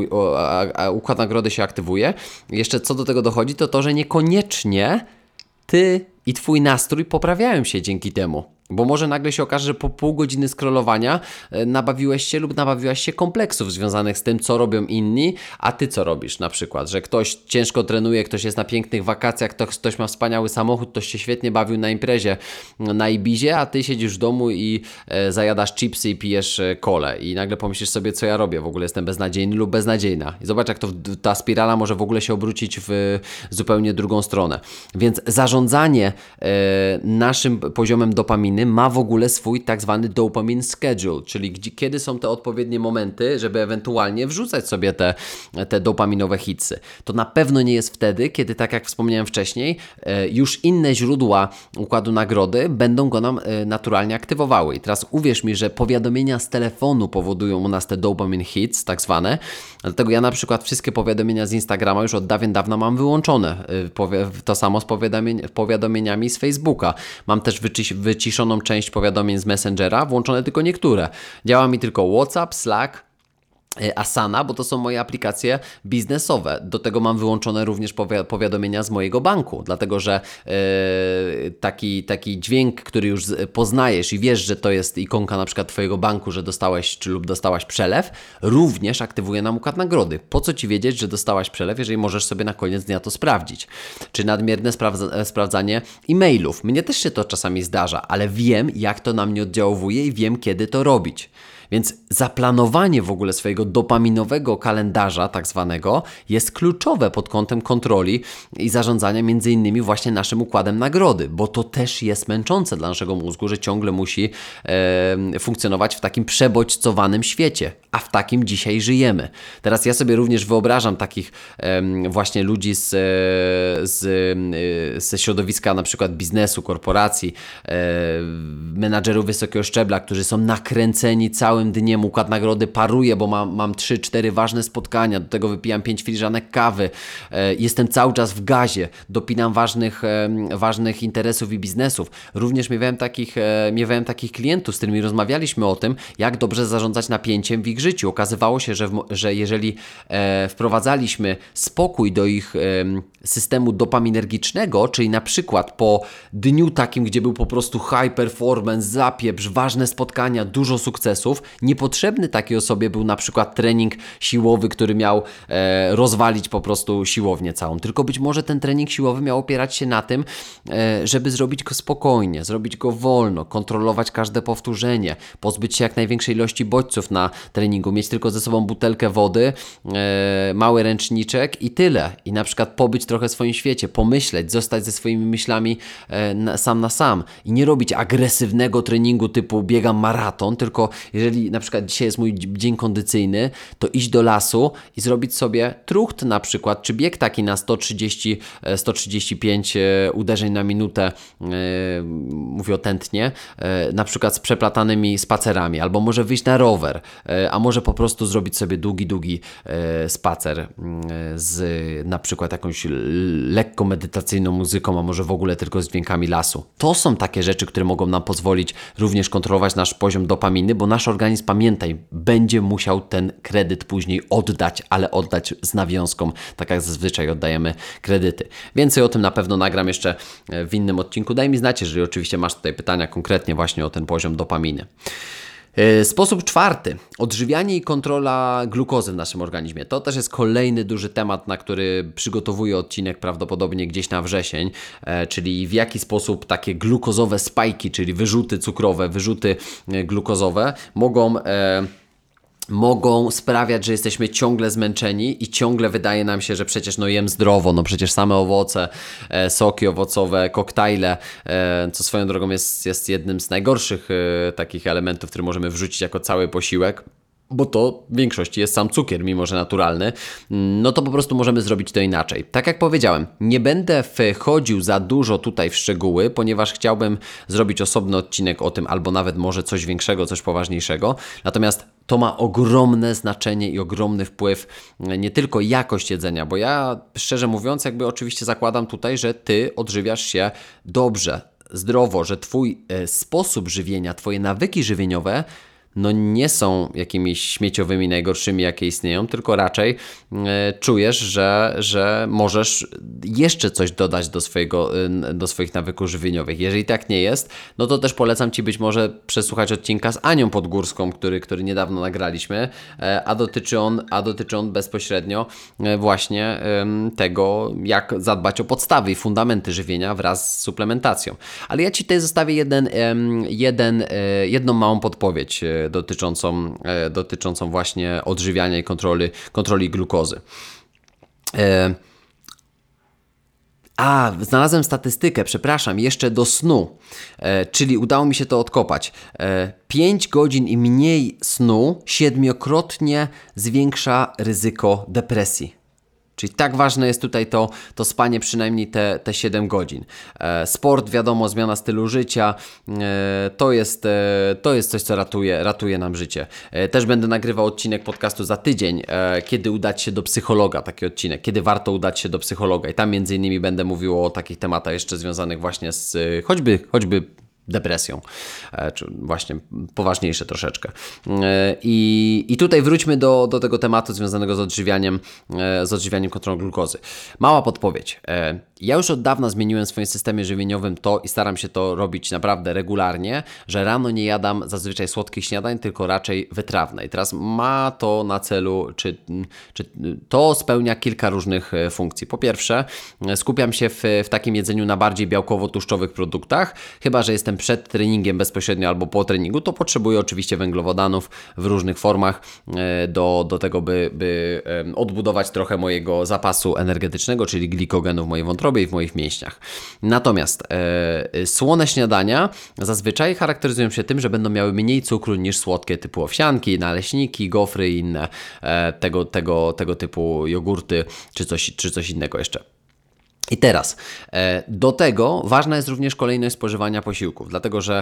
się aktywuje. Jeszcze co do tego dochodzi, to, że niekoniecznie Ty i Twój nastrój poprawiają się dzięki temu. Bo może nagle się okaże, że po pół godziny scrollowania nabawiłeś się lub nabawiłaś się kompleksów związanych z tym, co robią inni, a Ty co robisz na przykład, że ktoś ciężko trenuje, ktoś jest na pięknych wakacjach, ktoś ma wspaniały samochód, ktoś się świetnie bawił na imprezie na Ibizie, a Ty siedzisz w domu i zajadasz chipsy i pijesz kolę i nagle pomyślisz sobie, co ja robię, w ogóle jestem beznadziejny lub beznadziejna. I zobacz, jak ta spirala może w ogóle się obrócić w zupełnie drugą stronę. Więc zarządzanie naszym poziomem dopaminy dopaminy ma w ogóle swój tak zwany dopamine schedule, czyli kiedy są te odpowiednie momenty, żeby ewentualnie wrzucać sobie te dopaminowe hitsy. To na pewno nie jest wtedy, kiedy, tak jak wspomniałem wcześniej, już inne źródła układu nagrody będą go nam naturalnie aktywowały. I teraz uwierz mi, że powiadomienia z telefonu powodują u nas te dopamine hits, tak zwane. Dlatego ja na przykład wszystkie powiadomienia z Instagrama już od dawna mam wyłączone. To samo z powiadomieniami z Facebooka. Mam też wyciszoną część powiadomień z Messengera, włączone tylko niektóre. Działa mi tylko WhatsApp, Slack, Asana, bo to są moje aplikacje biznesowe. Do tego mam wyłączone również powiadomienia z mojego banku, dlatego że taki dźwięk, który już poznajesz i wiesz, że to jest ikonka na przykład Twojego banku, że dostałeś lub dostałaś przelew, również aktywuje nam układ nagrody. Po co Ci wiedzieć, że dostałaś przelew, jeżeli możesz sobie na koniec dnia to sprawdzić? Czy nadmierne sprawdzanie e-mailów. Mnie też się to czasami zdarza, ale wiem, jak to na mnie oddziałuje i wiem, kiedy to robić. Więc zaplanowanie w ogóle swojego dopaminowego kalendarza tak zwanego jest kluczowe pod kątem kontroli i zarządzania między innymi właśnie naszym układem nagrody, bo to też jest męczące dla naszego mózgu, że ciągle musi funkcjonować w takim przebodźcowanym świecie, a w takim dzisiaj żyjemy. Teraz ja sobie również wyobrażam takich właśnie ludzi ze środowiska na przykład biznesu, korporacji, menadżerów wysokiego szczebla, którzy są nakręceni całym dniem, układ nagrody paruje, bo mam 3-4 ważne spotkania, do tego wypijam 5 filiżanek kawy, jestem cały czas w gazie, dopinam ważnych interesów i biznesów. Również miewałem takich klientów, z którymi rozmawialiśmy o tym, jak dobrze zarządzać napięciem w ich życiu. Okazywało się, że jeżeli wprowadzaliśmy spokój do ich systemu dopaminergicznego, czyli na przykład po dniu takim, gdzie był po prostu high performance, zapieprz, ważne spotkania, dużo sukcesów, niepotrzebny takiej osobie był na przykład trening siłowy, który miał rozwalić po prostu siłownię całą. Tylko być może ten trening siłowy miał opierać się na tym, żeby zrobić go spokojnie, zrobić go wolno, kontrolować każde powtórzenie, pozbyć się jak największej ilości bodźców na treningu, mieć tylko ze sobą butelkę wody, mały ręczniczek i tyle. I na przykład pobyć trochę w swoim świecie, pomyśleć, zostać ze swoimi myślami sam na sam i nie robić agresywnego treningu typu biegam maraton, tylko jeżeli na przykład dzisiaj jest mój dzień kondycyjny, to iść do lasu i zrobić sobie trucht na przykład, czy bieg taki na 130-135 uderzeń na minutę, mówię o tętnie, na przykład z przeplatanymi spacerami, albo może wyjść na rower, a może po prostu zrobić sobie długi spacer z na przykład jakąś lekko medytacyjną muzyką, a może w ogóle tylko z dźwiękami lasu. To są takie rzeczy, które mogą nam pozwolić również kontrolować nasz poziom dopaminy, bo nasz organizm, pamiętaj, będzie musiał ten kredyt później oddać, ale oddać z nawiązką, tak jak zazwyczaj oddajemy kredyty. Więcej o tym na pewno nagram jeszcze w innym odcinku. Daj mi znać, jeżeli oczywiście masz tutaj pytania konkretnie właśnie o ten poziom dopaminy. Sposób czwarty. Odżywianie i kontrola glukozy w naszym organizmie. To też jest kolejny duży temat, na który przygotowuję odcinek prawdopodobnie gdzieś na wrzesień, czyli w jaki sposób takie glukozowe spajki, czyli wyrzuty cukrowe, wyrzuty glukozowe mogą sprawiać, że jesteśmy ciągle zmęczeni i ciągle wydaje nam się, że przecież jem zdrowo, przecież same owoce, soki owocowe, koktajle, co swoją drogą jest jednym z najgorszych takich elementów, które możemy wrzucić jako cały posiłek, bo to w większości jest sam cukier, mimo że naturalny, no to po prostu możemy zrobić to inaczej. Tak jak powiedziałem, nie będę wchodził za dużo tutaj w szczegóły, ponieważ chciałbym zrobić osobny odcinek o tym, albo nawet może coś większego, coś poważniejszego. Natomiast to ma ogromne znaczenie i ogromny wpływ, nie tylko jakość jedzenia, bo ja szczerze mówiąc oczywiście zakładam tutaj, że Ty odżywiasz się dobrze, zdrowo, że Twój sposób żywienia, Twoje nawyki żywieniowe nie są jakimiś śmieciowymi, najgorszymi, jakie istnieją, tylko raczej czujesz, że możesz jeszcze coś dodać do swoich nawyków żywieniowych. Jeżeli tak nie jest, no to też polecam Ci być może przesłuchać odcinka z Anią Podgórską, który niedawno nagraliśmy, a dotyczy on bezpośrednio właśnie tego, jak zadbać o podstawy i fundamenty żywienia wraz z suplementacją. Ale ja Ci tutaj zostawię jedną małą podpowiedź dotyczącą właśnie odżywiania i kontroli glukozy. Znalazłem statystykę, przepraszam, jeszcze do snu, czyli udało mi się to odkopać. 5 godzin i mniej snu 7-krotnie zwiększa ryzyko depresji. Czyli tak ważne jest tutaj to spanie przynajmniej te 7 godzin. Sport, wiadomo, zmiana stylu życia, to jest coś, co ratuje nam życie. Też będę nagrywał odcinek podcastu za tydzień, kiedy udać się do psychologa, taki odcinek, kiedy warto udać się do psychologa. I tam między innymi będę mówił o takich tematach jeszcze związanych właśnie z choćby depresją, czy właśnie poważniejsze troszeczkę. I tutaj wróćmy do tego tematu związanego z odżywianiem kontrolą glukozy. Mała podpowiedź. Ja już od dawna zmieniłem w swoim systemie żywieniowym to i staram się to robić naprawdę regularnie, że rano nie jadam zazwyczaj słodkich śniadań, tylko raczej wytrawne. I teraz ma to na celu, czy to spełnia kilka różnych funkcji. Po pierwsze, skupiam się w takim jedzeniu na bardziej białkowo-tłuszczowych produktach, chyba że jestem przed treningiem bezpośrednio albo po treningu, to potrzebuję oczywiście węglowodanów w różnych formach do tego, by odbudować trochę mojego zapasu energetycznego, czyli glikogenu w mojej wątrobie i w moich mięśniach. Natomiast słone śniadania zazwyczaj charakteryzują się tym, że będą miały mniej cukru niż słodkie typu owsianki, naleśniki, gofry i inne tego typu jogurty czy coś innego jeszcze. I teraz, do tego ważna jest również kolejność spożywania posiłków, dlatego że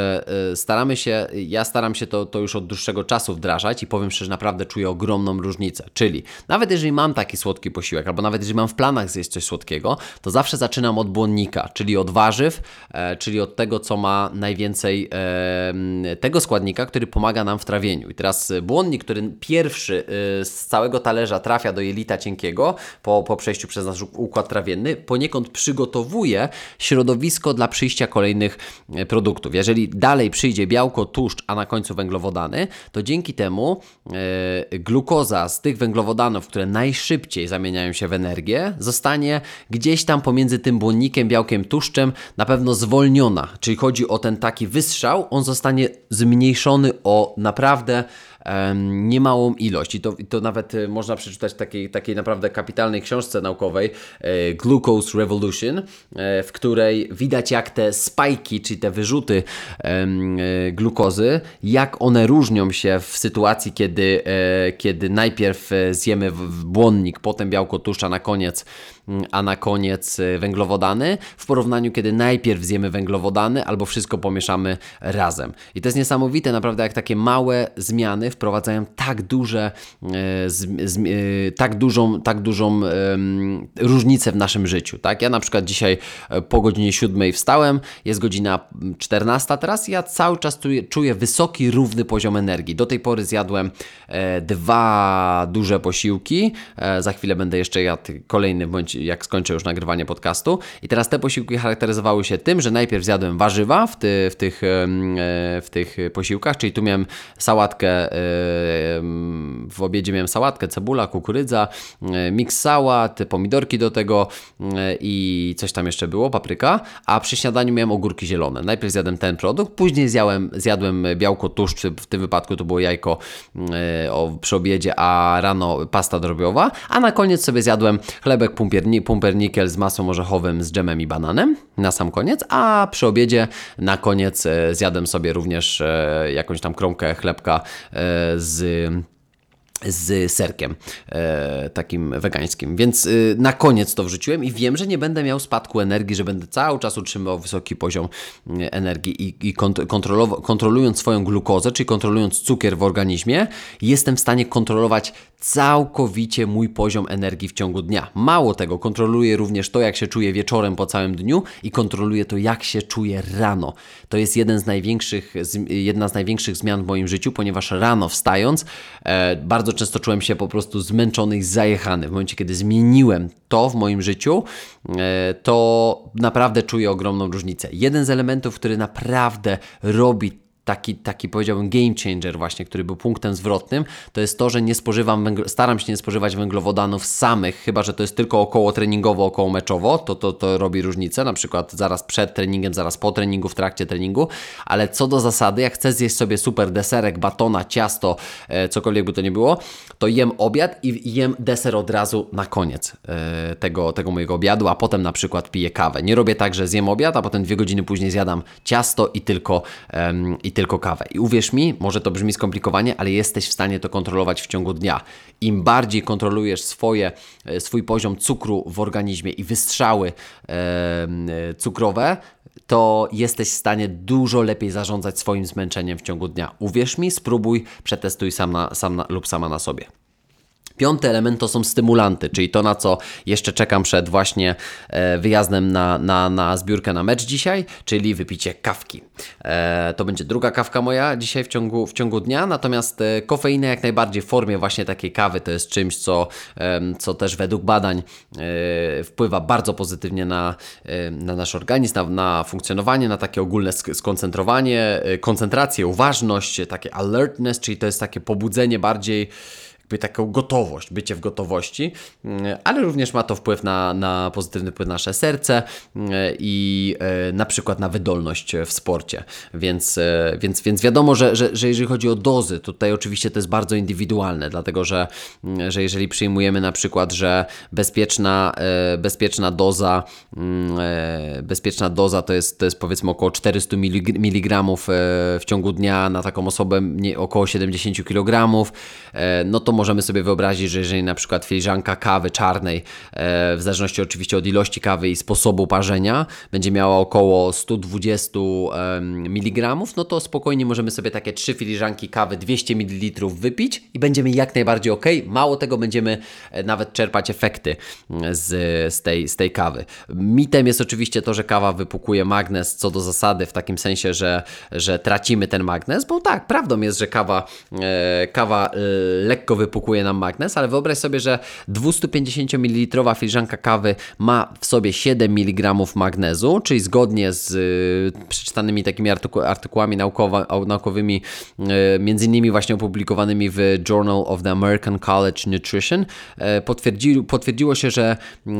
staram się to już od dłuższego czasu wdrażać i powiem szczerze, naprawdę czuję ogromną różnicę. Czyli nawet jeżeli mam taki słodki posiłek, albo nawet jeżeli mam w planach zjeść coś słodkiego, to zawsze zaczynam od błonnika, czyli od warzyw, czyli od tego, co ma najwięcej tego składnika, który pomaga nam w trawieniu. I teraz błonnik, który pierwszy z całego talerza trafia do jelita cienkiego po przejściu przez nasz układ trawienny, poniekąd przygotowuje środowisko dla przyjścia kolejnych produktów. Jeżeli dalej przyjdzie białko, tłuszcz, a na końcu węglowodany, to dzięki temu glukoza z tych węglowodanów, które najszybciej zamieniają się w energię, zostanie gdzieś tam pomiędzy tym błonnikiem, białkiem, tłuszczem na pewno zwolniona. Czyli chodzi o ten taki wystrzał, on zostanie zmniejszony o naprawdę niemałą ilość. I to nawet można przeczytać w takiej naprawdę kapitalnej książce naukowej Glucose Revolution, w której widać jak te spajki, czyli te wyrzuty glukozy, jak one różnią się w sytuacji, kiedy najpierw zjemy błonnik, potem białko, tłuszcz, a na koniec węglowodany, w porównaniu kiedy najpierw zjemy węglowodany albo wszystko pomieszamy razem. I to jest niesamowite naprawdę, jak takie małe zmiany wprowadzają tak dużą różnicę w naszym życiu. Tak? Ja na przykład dzisiaj po godzinie 7 wstałem, jest godzina 14 teraz i ja cały czas czuję wysoki, równy poziom energii. Do tej pory zjadłem 2 duże posiłki, za chwilę będę jeszcze jadł kolejny, bądź jak skończę już nagrywanie podcastu. I teraz te posiłki charakteryzowały się tym, że najpierw zjadłem warzywa w tych posiłkach, czyli tu miałem sałatkę, w obiedzie miałem sałatkę, cebula, kukurydza, miks sałat, pomidorki do tego i coś tam jeszcze było, papryka, a przy śniadaniu miałem ogórki zielone. Najpierw zjadłem ten produkt, później zjadłem białko, tłuszcz, w tym wypadku to było jajko przy obiedzie, a rano pasta drobiowa, a na koniec sobie zjadłem chlebek pumpernickel z masłem orzechowym, z dżemem i bananem na sam koniec, a przy obiedzie na koniec zjadłem sobie również jakąś tam kromkę chlebka z serkiem takim wegańskim, więc na koniec to wrzuciłem i wiem, że nie będę miał spadku energii, że będę cały czas utrzymywał wysoki poziom energii i kontrolując swoją glukozę, czyli kontrolując cukier w organizmie, jestem w stanie kontrolować całkowicie mój poziom energii w ciągu dnia. Mało tego, kontroluję również to, jak się czuję wieczorem po całym dniu i kontroluję to, jak się czuję rano. To jest jedna z największych zmian w moim życiu, ponieważ rano wstając bardzo często czułem się po prostu zmęczony i zajechany. W momencie, kiedy zmieniłem to w moim życiu, to naprawdę czuję ogromną różnicę. Jeden z elementów, który naprawdę robi taki powiedziałbym game changer właśnie, który był punktem zwrotnym, to jest to, że staram się nie spożywać węglowodanów samych, chyba że to jest tylko około treningowo, około meczowo, to robi różnicę, na przykład zaraz przed treningiem, zaraz po treningu, w trakcie treningu, ale co do zasady, jak chcę zjeść sobie super deserek, batona, ciasto, cokolwiek by to nie było, to jem obiad i jem deser od razu na koniec tego mojego obiadu, a potem na przykład piję kawę. Nie robię tak, że zjem obiad, a potem 2 godziny później zjadam ciasto i tylko kawę. I uwierz mi, może to brzmi skomplikowanie, ale jesteś w stanie to kontrolować w ciągu dnia. Im bardziej kontrolujesz swój poziom cukru w organizmie i wystrzały cukrowe, to jesteś w stanie dużo lepiej zarządzać swoim zmęczeniem w ciągu dnia. Uwierz mi, spróbuj, przetestuj lub sama na sobie. 5. element to są stymulanty, czyli to, na co jeszcze czekam przed właśnie wyjazdem na zbiórkę na mecz dzisiaj, czyli wypicie kawki. To będzie druga kawka moja dzisiaj w ciągu dnia, natomiast kofeina jak najbardziej w formie właśnie takiej kawy to jest czymś, co też według badań wpływa bardzo pozytywnie na nasz organizm, na funkcjonowanie, na takie ogólne skoncentrowanie, koncentrację, uważność, takie alertness, czyli to jest takie pobudzenie bardziej, taką gotowość, bycie w gotowości, ale również ma to wpływ na pozytywny wpływ na nasze serce i na przykład na wydolność w sporcie. Więc wiadomo, że jeżeli chodzi o dozy, to tutaj oczywiście to jest bardzo indywidualne, dlatego że jeżeli przyjmujemy na przykład, że bezpieczna doza to jest powiedzmy około 400 mg w ciągu dnia na taką osobę około 70 kg, no to możemy sobie wyobrazić, że jeżeli na przykład filiżanka kawy czarnej, w zależności oczywiście od ilości kawy i sposobu parzenia, będzie miała około 120 mg, no to spokojnie możemy sobie takie 3 filiżanki kawy 200 ml wypić i będziemy jak najbardziej ok. Mało tego, będziemy nawet czerpać efekty z tej kawy. Mitem jest oczywiście to, że kawa wypukuje magnez co do zasady, w takim sensie, że tracimy ten magnez, bo tak, prawdą jest, że kawa lekko wypukuje nam magnez, ale wyobraź sobie, że 250 ml filiżanka kawy ma w sobie 7 mg magnezu, czyli zgodnie z przeczytanymi takimi artykułami naukowymi, między innymi właśnie opublikowanymi w Journal of the American College Nutrition, potwierdziło się, że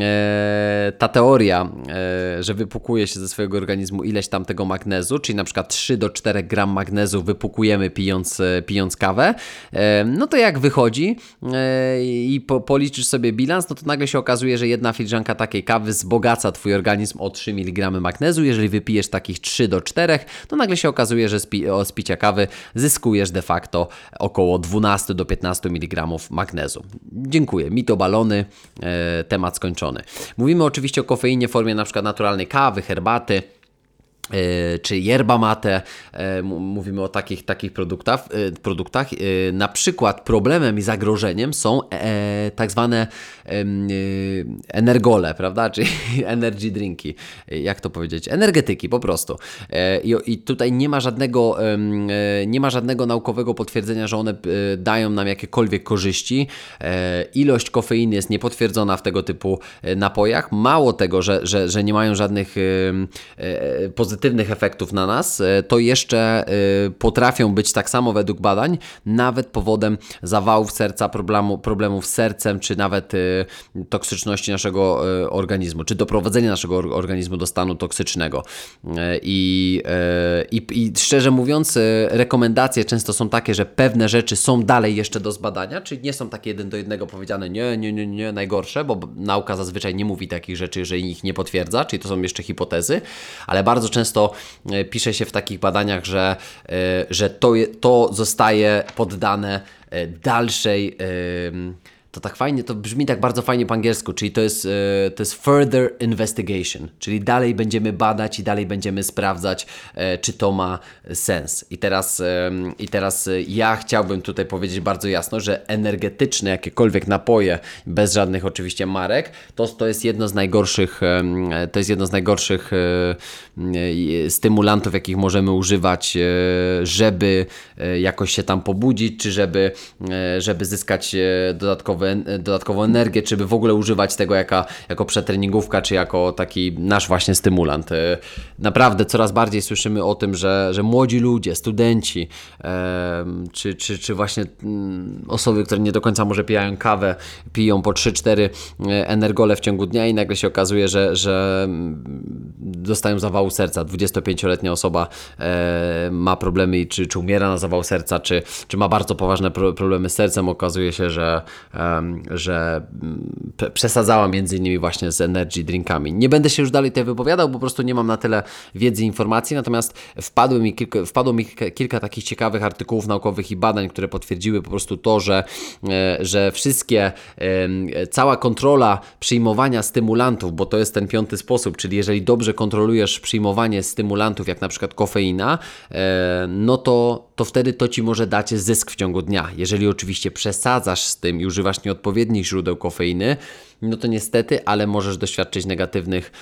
ta teoria, że wypukuje się ze swojego organizmu ileś tam tego magnezu, czyli na przykład 3 do 4 gram magnezu wypukujemy pijąc kawę, no to jak wychodzi i policzysz sobie bilans, no to nagle się okazuje, że jedna filiżanka takiej kawy wzbogaca Twój organizm o 3 mg magnezu. Jeżeli wypijesz takich 3 do 4, to nagle się okazuje, że z picia kawy zyskujesz de facto około 12 do 15 mg magnezu. Dziękuję. Mito balony, temat skończony. Mówimy oczywiście o kofeinie w formie na przykład naturalnej kawy, herbaty, czy yerba mate, mówimy o takich produktach. Na przykład problemem i zagrożeniem są tak zwane energole, prawda, czyli energy drinki, jak to powiedzieć, energetyki po prostu. I tutaj nie ma żadnego naukowego potwierdzenia, że one dają nam jakiekolwiek korzyści. Ilość kofeiny jest niepotwierdzona w tego typu napojach. Mało tego, że nie mają żadnych pozytywnych efektów na nas, to jeszcze potrafią być tak samo według badań nawet powodem zawałów serca, problemów z sercem, czy nawet toksyczności naszego organizmu, czy doprowadzenia naszego organizmu do stanu toksycznego. I szczerze mówiąc, rekomendacje często są takie, że pewne rzeczy są dalej jeszcze do zbadania, czyli nie są takie 1 do 1 powiedziane nie, najgorsze, bo nauka zazwyczaj nie mówi takich rzeczy, jeżeli ich nie potwierdza, czyli to są jeszcze hipotezy, ale bardzo często pisze się w takich badaniach, że to zostaje poddane dalszej, to tak fajnie, to brzmi tak bardzo fajnie po angielsku, czyli to jest further investigation, czyli dalej będziemy badać i dalej będziemy sprawdzać, czy to ma sens. I teraz ja chciałbym tutaj powiedzieć bardzo jasno, że energetyczne jakiekolwiek napoje, bez żadnych oczywiście marek, to jest jedno z najgorszych stymulantów, jakich możemy używać, żeby jakoś się tam pobudzić, czy żeby zyskać dodatkowy dodatkową energię, czy by w ogóle używać tego jako przetreningówka, czy jako taki nasz właśnie stymulant. Naprawdę coraz bardziej słyszymy o tym, że młodzi ludzie, studenci, czy właśnie osoby, które nie do końca może pijają kawę, piją po 3-4 energole w ciągu dnia i nagle się okazuje, że dostają zawału serca. 25-letnia osoba ma problemy, czy umiera na zawał serca, czy ma bardzo poważne problemy z sercem. Okazuje się, że przesadzała między innymi właśnie z energy drinkami. Nie będę się już dalej tutaj wypowiadał, bo po prostu nie mam na tyle wiedzy i informacji, natomiast wpadło mi kilka takich ciekawych artykułów naukowych i badań, które potwierdziły po prostu to, że cała kontrola przyjmowania stymulantów, bo to jest ten 5. sposób, czyli jeżeli dobrze kontrolujesz przyjmowanie stymulantów, jak na przykład kofeina, no to wtedy to Ci może dać zysk w ciągu dnia. Jeżeli oczywiście przesadzasz z tym i używasz nieodpowiednich źródeł kofeiny, no to niestety, ale możesz doświadczyć negatywnych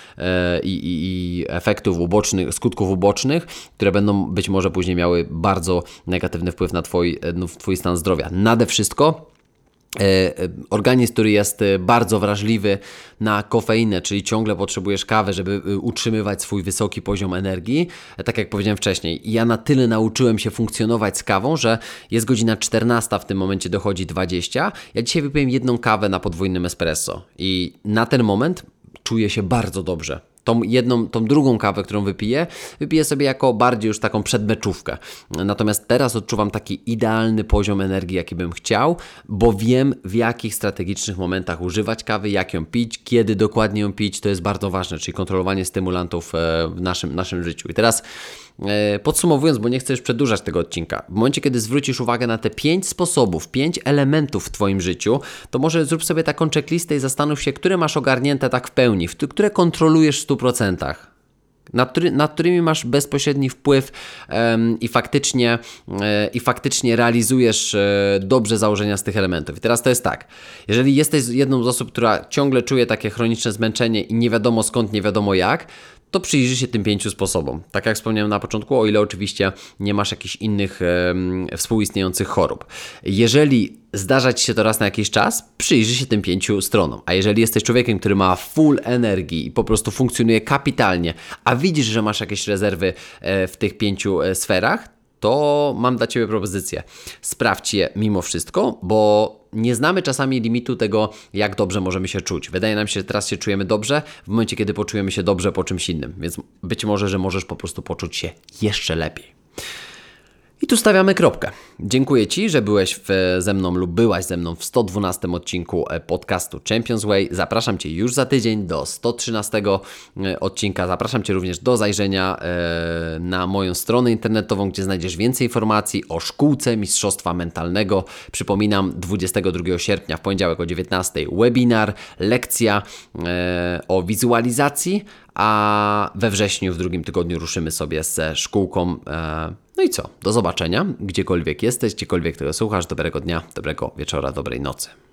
i efektów ubocznych, skutków ubocznych, które będą być może później miały bardzo negatywny wpływ na Twój stan zdrowia. Nade wszystko organizm, który jest bardzo wrażliwy na kofeinę, czyli ciągle potrzebujesz kawy, żeby utrzymywać swój wysoki poziom energii, tak jak powiedziałem wcześniej. Ja na tyle nauczyłem się funkcjonować z kawą, że jest godzina 14, w tym momencie dochodzi 20. Ja dzisiaj wypiłem 1 kawę na podwójnym espresso i na ten moment czuję się bardzo dobrze. Tą drugą kawę, którą wypiję sobie jako bardziej już taką przedmeczówkę. Natomiast teraz odczuwam taki idealny poziom energii, jaki bym chciał, bo wiem, w jakich strategicznych momentach używać kawy, jak ją pić, kiedy dokładnie ją pić. To jest bardzo ważne, czyli kontrolowanie stymulantów w naszym życiu. I teraz podsumowując, bo nie chcę już przedłużać tego odcinka, w momencie, kiedy zwrócisz uwagę na te 5 sposobów, 5 elementów w Twoim życiu, to może zrób sobie taką checklistę i zastanów się, które masz ogarnięte tak w pełni, które kontrolujesz w 100%. Nad którymi masz bezpośredni wpływ i faktycznie realizujesz dobrze założenia z tych elementów. I teraz to jest tak, jeżeli jesteś jedną z osób, która ciągle czuje takie chroniczne zmęczenie i nie wiadomo skąd, nie wiadomo jak, to przyjrzyj się tym 5 sposobom. Tak jak wspomniałem na początku, o ile oczywiście nie masz jakichś innych współistniejących chorób. Jeżeli zdarza Ci się to raz na jakiś czas, przyjrzyj się tym 5 stronom. A jeżeli jesteś człowiekiem, który ma full energii i po prostu funkcjonuje kapitalnie, a widzisz, że masz jakieś rezerwy w tych 5 sferach, to mam dla Ciebie propozycję. Sprawdź je mimo wszystko, bo nie znamy czasami limitu tego, jak dobrze możemy się czuć. Wydaje nam się, że teraz się czujemy dobrze, w momencie, kiedy poczujemy się dobrze po czymś innym. Więc być może, że możesz po prostu poczuć się jeszcze lepiej. I tu stawiamy kropkę. Dziękuję Ci, że byłeś ze mną lub byłaś ze mną w 112 odcinku podcastu Champions Way. Zapraszam Cię już za tydzień do 113 odcinka. Zapraszam Cię również do zajrzenia na moją stronę internetową, gdzie znajdziesz więcej informacji o szkółce mistrzostwa mentalnego. Przypominam, 22 sierpnia w poniedziałek o 19 webinar, lekcja o wizualizacji, a we wrześniu w 2 tygodniu ruszymy sobie ze szkółką. No i co? Do zobaczenia, gdziekolwiek jesteś, gdziekolwiek tego słuchasz. Dobrego dnia, dobrego wieczora, dobrej nocy.